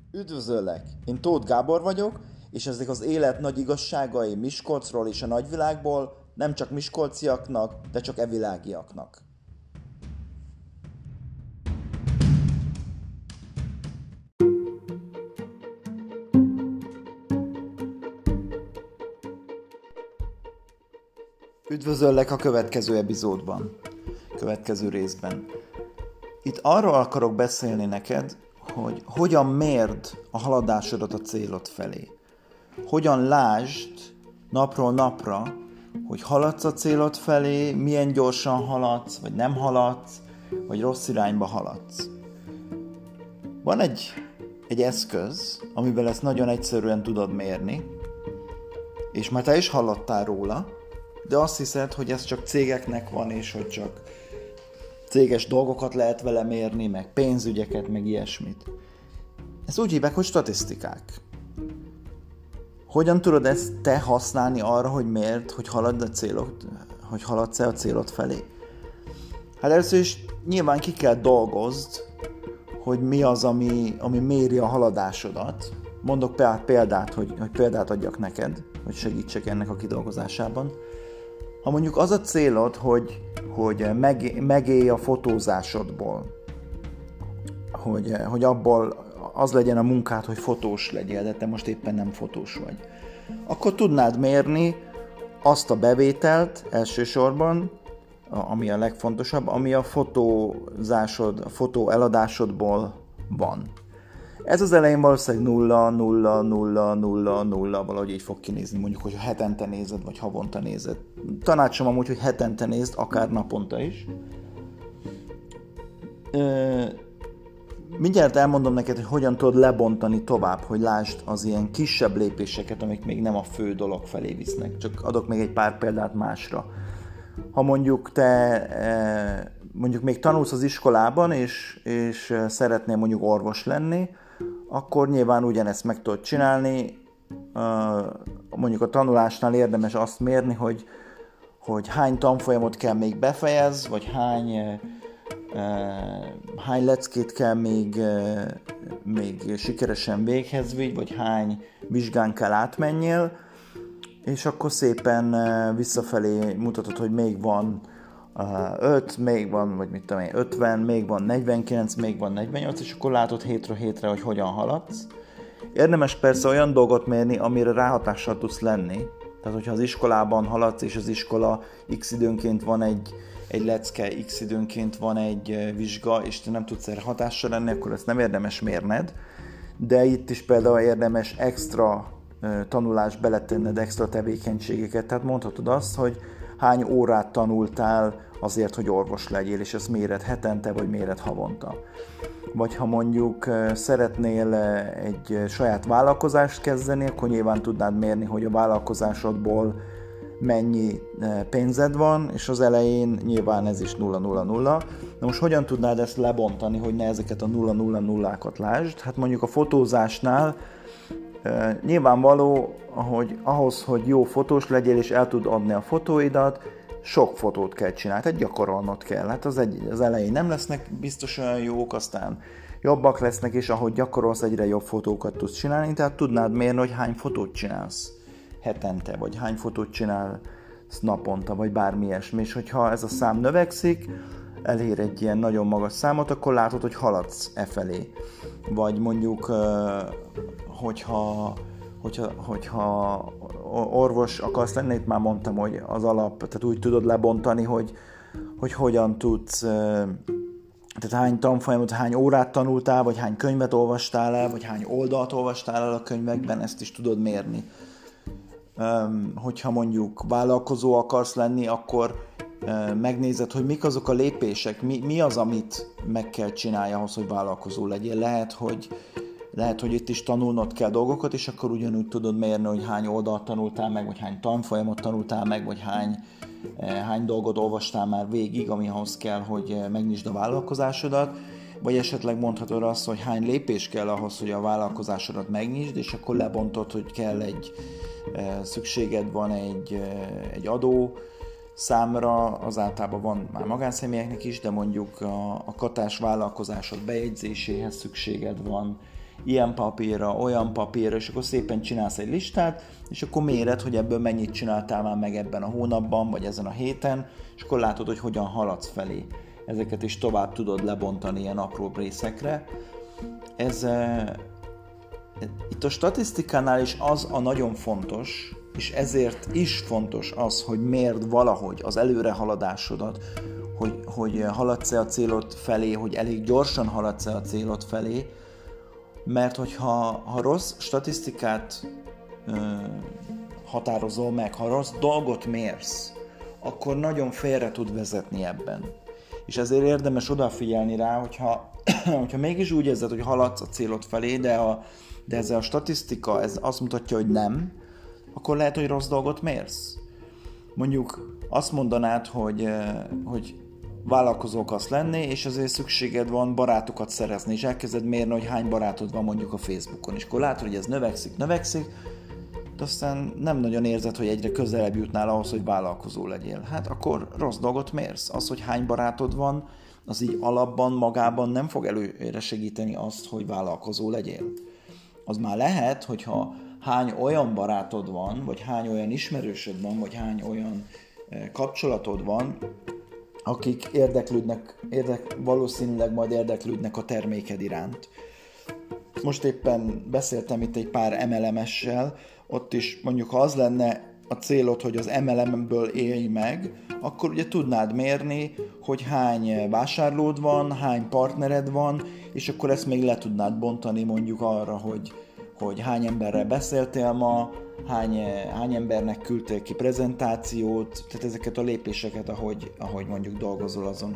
Üdvözöllek! Én Tóth Gábor vagyok, és ezek az élet nagy igazságai Miskolcról és a nagyvilágból nem csak miskolciaknak, de csak evilágiaknak. Üdvözöllek a következő epizódban, következő részben. Itt arról akarok beszélni neked, hogy hogyan mérd a haladásodat a célod felé. Hogyan lásd napról napra, hogy haladsz a célod felé, milyen gyorsan haladsz, vagy nem haladsz, vagy rossz irányba haladsz. Van egy eszköz, amivel ezt nagyon egyszerűen tudod mérni, és már te is hallottál róla, de azt hiszed, hogy ez csak cégeknek van, és hogy csak céges dolgokat lehet vele mérni, meg pénzügyeket, meg ilyesmit. Ezt úgy hívják, hogy statisztikák. Hogyan tudod ezt te használni arra, hogy mérd, hogy haladsz-e a célod felé? Hát először is nyilván ki kell dolgozd, hogy mi az, ami méri a haladásodat. Mondok példát, hogy példát adjak neked, hogy segítsek ennek a kidolgozásában. Ha mondjuk az a célod, hogy megélj a fotózásodból, hogy abból az legyen a munkád, hogy fotós legyél, de te most éppen nem fotós vagy, akkor tudnád mérni azt a bevételt elsősorban, ami a legfontosabb, ami a fotó eladásodból van. Ez az elején valószínűleg 0, 0, 0, 0, 0, valahogy így fog kinézni, mondjuk, hogy hetente nézed, vagy havonta nézed. Tanácsom amúgy, hogy hetente nézd, akár naponta is. Mindjárt elmondom neked, hogy hogyan tudod lebontani tovább, hogy lásd az ilyen kisebb lépéseket, amik még nem a fő dolog felé visznek. Csak adok még egy pár példát másra. Ha mondjuk te mondjuk még tanulsz az iskolában, és szeretnél mondjuk orvos lenni, akkor nyilván ugyanezt meg tudod csinálni. Mondjuk a tanulásnál érdemes azt mérni, hogy hány tanfolyamot kell még befejezz, vagy hány leckét kell még sikeresen véghez vigy, vagy hány vizsgán kell átmenjél, és akkor szépen visszafelé mutatod, hogy még van 5, még van, vagy mit tudom én, 50, még van 49, még van 48, és akkor látod hétről hétre, hogy hogyan haladsz. Érdemes persze olyan dolgot mérni, amire ráhatással tudsz lenni. Tehát, hogyha az iskolában haladsz, és az iskola x időnként van egy lecke, x időnként van egy vizsga, és te nem tudsz erre hatással lenni, akkor ezt nem érdemes mérned. De itt is például érdemes extra tanulást beletenned, extra tevékenységeket. Tehát mondhatod azt, hogy hány órát tanultál azért, hogy orvos legyél, és ezt méred hetente, vagy méred havonta. Vagy ha mondjuk szeretnél egy saját vállalkozást kezdeni, akkor nyilván tudnád mérni, hogy a vállalkozásodból mennyi pénzed van, és az elején nyilván ez is 0-0-0. Na most hogyan tudnád ezt lebontani, hogy ne ezeket a 0-0-0-ákat lásd? Hát mondjuk a fotózásnál nyilvánvaló, hogy ahhoz, hogy jó fotós legyél, és el tud adni a fotóidat, sok fotót kell csinálni, tehát gyakorolnod kell. Hát az elején nem lesznek biztos olyan jók, aztán jobbak lesznek, és ahogy gyakorolsz, egyre jobb fotókat tudsz csinálni, tehát tudnád mérni, hogy hány fotót csinálsz hetente, vagy hány fotót csinálsz naponta, vagy bármi ilyesmi. És hogyha ez a szám növekszik, elér egy ilyen nagyon magas számot, akkor látod, hogy haladsz e felé. Vagy mondjuk, hogyha orvos akarsz lenni, itt már mondtam, hogy az alap, tehát úgy tudod lebontani, hogy hogyan tudsz, tehát hány tanfolyamot, hány órát tanultál, vagy hány könyvet olvastál el, vagy hány oldalt olvastál el a könyvekben, ezt is tudod mérni. Hogyha mondjuk vállalkozó akarsz lenni, akkor megnézed, hogy mik azok a lépések, mi az, amit meg kell csinálni ahhoz, hogy vállalkozó legyél. Lehet, hogy itt is tanulnod kell dolgokat, és akkor ugyanúgy tudod mérni, hogy hány oldalt tanultál meg, vagy hány tanfolyamot tanultál meg, vagy hány dolgot olvastál már végig, ami ahhoz kell, hogy megnyisd a vállalkozásodat, vagy esetleg mondhatod azt, hogy hány lépés kell ahhoz, hogy a vállalkozásodat megnyisd, és akkor lebontod, hogy kell szükséged van egy adó számra, az általában van már magánszemélyeknek is, de mondjuk a katás vállalkozásod bejegyzéséhez szükséged van ilyen papírra, olyan papírra, és akkor szépen csinálsz egy listát, és akkor méred, hogy ebből mennyit csináltál már meg ebben a hónapban, vagy ezen a héten, és akkor látod, hogy hogyan haladsz felé. Ezeket is tovább tudod lebontani ilyen apróbb részekre. Itt a statisztikánál is az a nagyon fontos, és ezért is fontos az, hogy mérd valahogy az előrehaladásodat, hogy haladsz-e a célod felé, hogy elég gyorsan haladsz-e a célod felé, mert hogyha rossz statisztikát határozol meg, ha rossz dolgot mérsz, akkor nagyon félre tud vezetni ebben. És ezért érdemes odafigyelni rá, hogyha mégis úgy érzed, hogy haladsz a célod felé, de ez a statisztika ez azt mutatja, hogy nem, akkor lehet, hogy rossz dolgot mérsz. Mondjuk azt mondanád, hogy vállalkozó akarsz lenni, és azért szükséged van barátokat szerezni, és elkezded mérni, hogy hány barátod van mondjuk a Facebookon, és akkor látod, hogy ez növekszik, de aztán nem nagyon érzed, hogy egyre közelebb jutnál ahhoz, hogy vállalkozó legyél. Hát akkor rossz dolgot mérsz. Az, hogy hány barátod van, az így alapban, magában nem fog előre segíteni azt, hogy vállalkozó legyél. Az már lehet, hogyha hány olyan barátod van, vagy hány olyan ismerősöd van, vagy hány olyan kapcsolatod van, akik valószínűleg majd érdeklődnek a terméked iránt. Most éppen beszéltem itt egy pár MLM-essel, ott is mondjuk ha az lenne a célod, hogy az MLM-ből élj meg, akkor ugye tudnád mérni, hogy hány vásárlód van, hány partnered van, és akkor ezt még le tudnád bontani mondjuk arra, hogy hány emberrel beszéltél ma, hány embernek küldtél ki prezentációt, tehát ezeket a lépéseket, ahogy mondjuk dolgozol azon,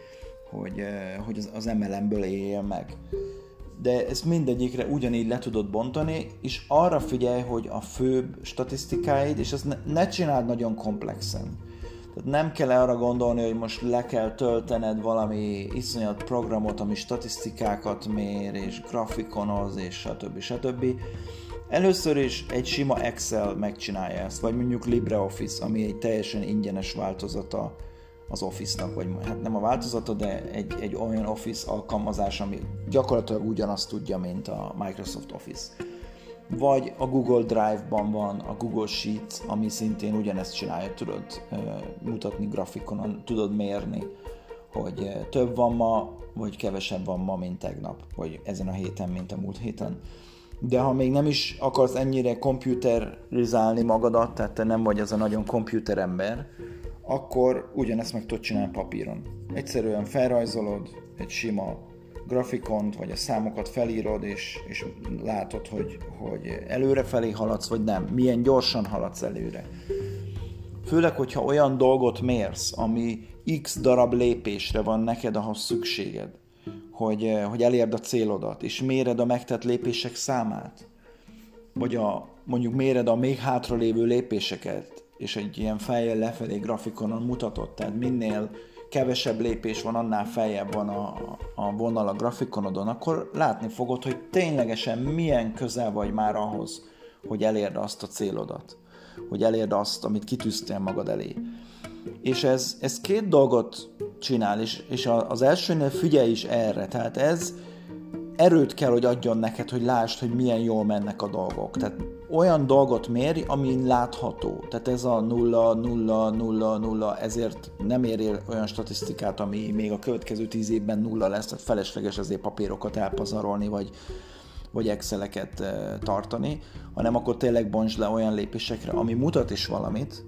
hogy az MLM-ből éljél meg. De ezt mindegyikre ugyanígy le tudod bontani, és arra figyelj, hogy a főbb statisztikáid, és ezt ne csináld nagyon komplexen. Tehát nem kell arra gondolni, hogy most le kell töltened valami iszonyat programot, ami statisztikákat mér, és grafikonoz, és stb. Először is egy sima Excel megcsinálja ezt, vagy mondjuk LibreOffice, ami egy teljesen ingyenes változata az Office-nak, vagy hát nem a változata, de egy olyan Office alkalmazás, ami gyakorlatilag ugyanazt tudja, mint a Microsoft Office. Vagy a Google Drive-ban van a Google Sheets, ami szintén ugyanezt csinálja, tudod mutatni grafikonon, tudod mérni, hogy több van ma, vagy kevesebb van ma, mint tegnap, vagy ezen a héten, mint a múlt héten. De ha még nem is akarsz ennyire komputerizálni magadat, tehát te nem vagy az a nagyon komputerember, akkor ugyanezt meg tudod csinálni papíron. Egyszerűen felrajzolod egy sima grafikont, vagy a számokat felírod, és látod, hogy előrefelé haladsz, vagy nem. Milyen gyorsan haladsz előre. Főleg, hogyha olyan dolgot mérsz, ami x darab lépésre van neked ahhoz szükséged, hogy elérd a célodat, és méred a megtett lépések számát, vagy mondjuk méred a még hátralévő lépéseket, és egy ilyen fejjel lefelé grafikonon mutatod, tehát minél kevesebb lépés van, annál feljebb van a vonal a grafikonodon, akkor látni fogod, hogy ténylegesen milyen közel vagy már ahhoz, hogy elérd azt a célodat, hogy elérd azt, amit kitűztél magad elé. És ez két dolgot csinál, és az elsőnél figyelj is erre, tehát ez erőt kell, hogy adjon neked, hogy lásd, hogy milyen jól mennek a dolgok. Tehát olyan dolgot mérj, ami látható. Tehát ez a 0, 0, 0, 0, ezért nem ér olyan statisztikát, ami még a következő 10 évben 0 lesz, tehát felesleges azért papírokat elpazarolni, vagy Exceleket tartani, hanem akkor tényleg bontsd le olyan lépésekre, ami mutat is valamit,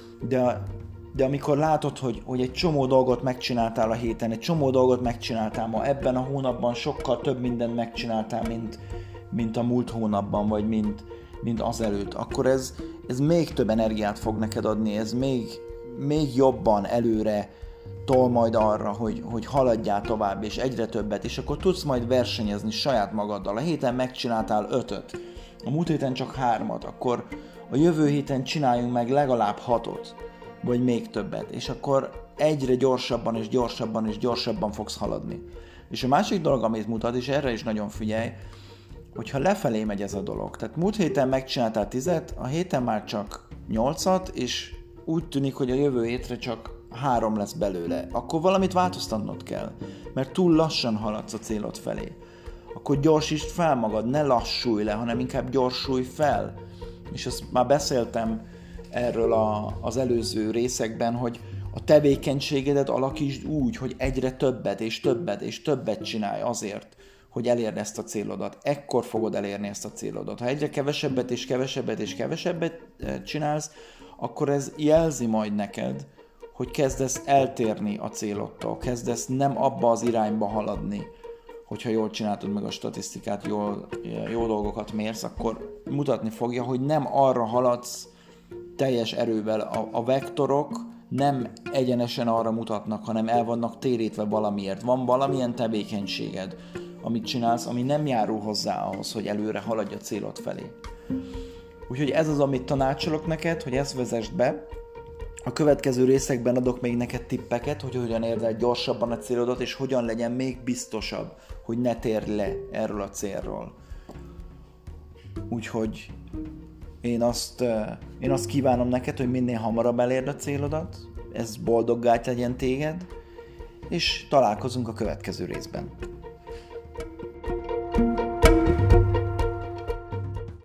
de amikor látod, hogy egy csomó dolgot megcsináltál a héten, egy csomó dolgot megcsináltál ma, ebben a hónapban sokkal több mindent megcsináltál, mint a múlt hónapban, vagy mint azelőtt, akkor ez még több energiát fog neked adni, ez még jobban előre tol majd arra, hogy haladjál tovább, és egyre többet, és akkor tudsz majd versenyezni saját magaddal. A héten megcsináltál 5-öt, a múlt héten csak 3-at, akkor a jövő héten csináljunk meg legalább 6-ot, vagy még többet, és akkor egyre gyorsabban és gyorsabban és gyorsabban fogsz haladni. És a másik dolog, amit mutat, és erre is nagyon figyelj, hogyha lefelé megy ez a dolog, tehát múlt héten megcsináltál 10-et, a héten már csak 8-at, és úgy tűnik, hogy a jövő hétre csak 3 lesz belőle, akkor valamit változtatnod kell, mert túl lassan haladsz a célod felé. akkor gyorsítsd fel magad, ne lassulj le, hanem inkább gyorsulj fel. És ezt már beszéltem erről az előző részekben, hogy a tevékenységedet alakítsd úgy, hogy egyre többet és többet és többet csinálj azért, hogy elérd ezt a célodat. Ekkor fogod elérni ezt a célodat. Ha egyre kevesebbet és kevesebbet és kevesebbet csinálsz, akkor ez jelzi majd neked, hogy kezdesz eltérni a célodtól, kezdesz nem abba az irányba haladni, hogyha jól csináltad meg a statisztikát, jó dolgokat mérsz, akkor mutatni fogja, hogy nem arra haladsz teljes erővel. A vektorok nem egyenesen arra mutatnak, hanem el vannak térítve valamiért. Van valamilyen tevékenységed, amit csinálsz, ami nem járul hozzá ahhoz, hogy előre haladj a célod felé. Úgyhogy ez az, amit tanácsolok neked, hogy ezt vezesd be. A következő részekben adok még neked tippeket, hogy hogyan érd el gyorsabban a célodat, és hogyan legyen még biztosabb, hogy ne térj le erről a célról. Úgyhogy én azt kívánom neked, hogy minél hamarabb elérd a célodat, ez boldoggá tegyen téged, és találkozunk a következő részben.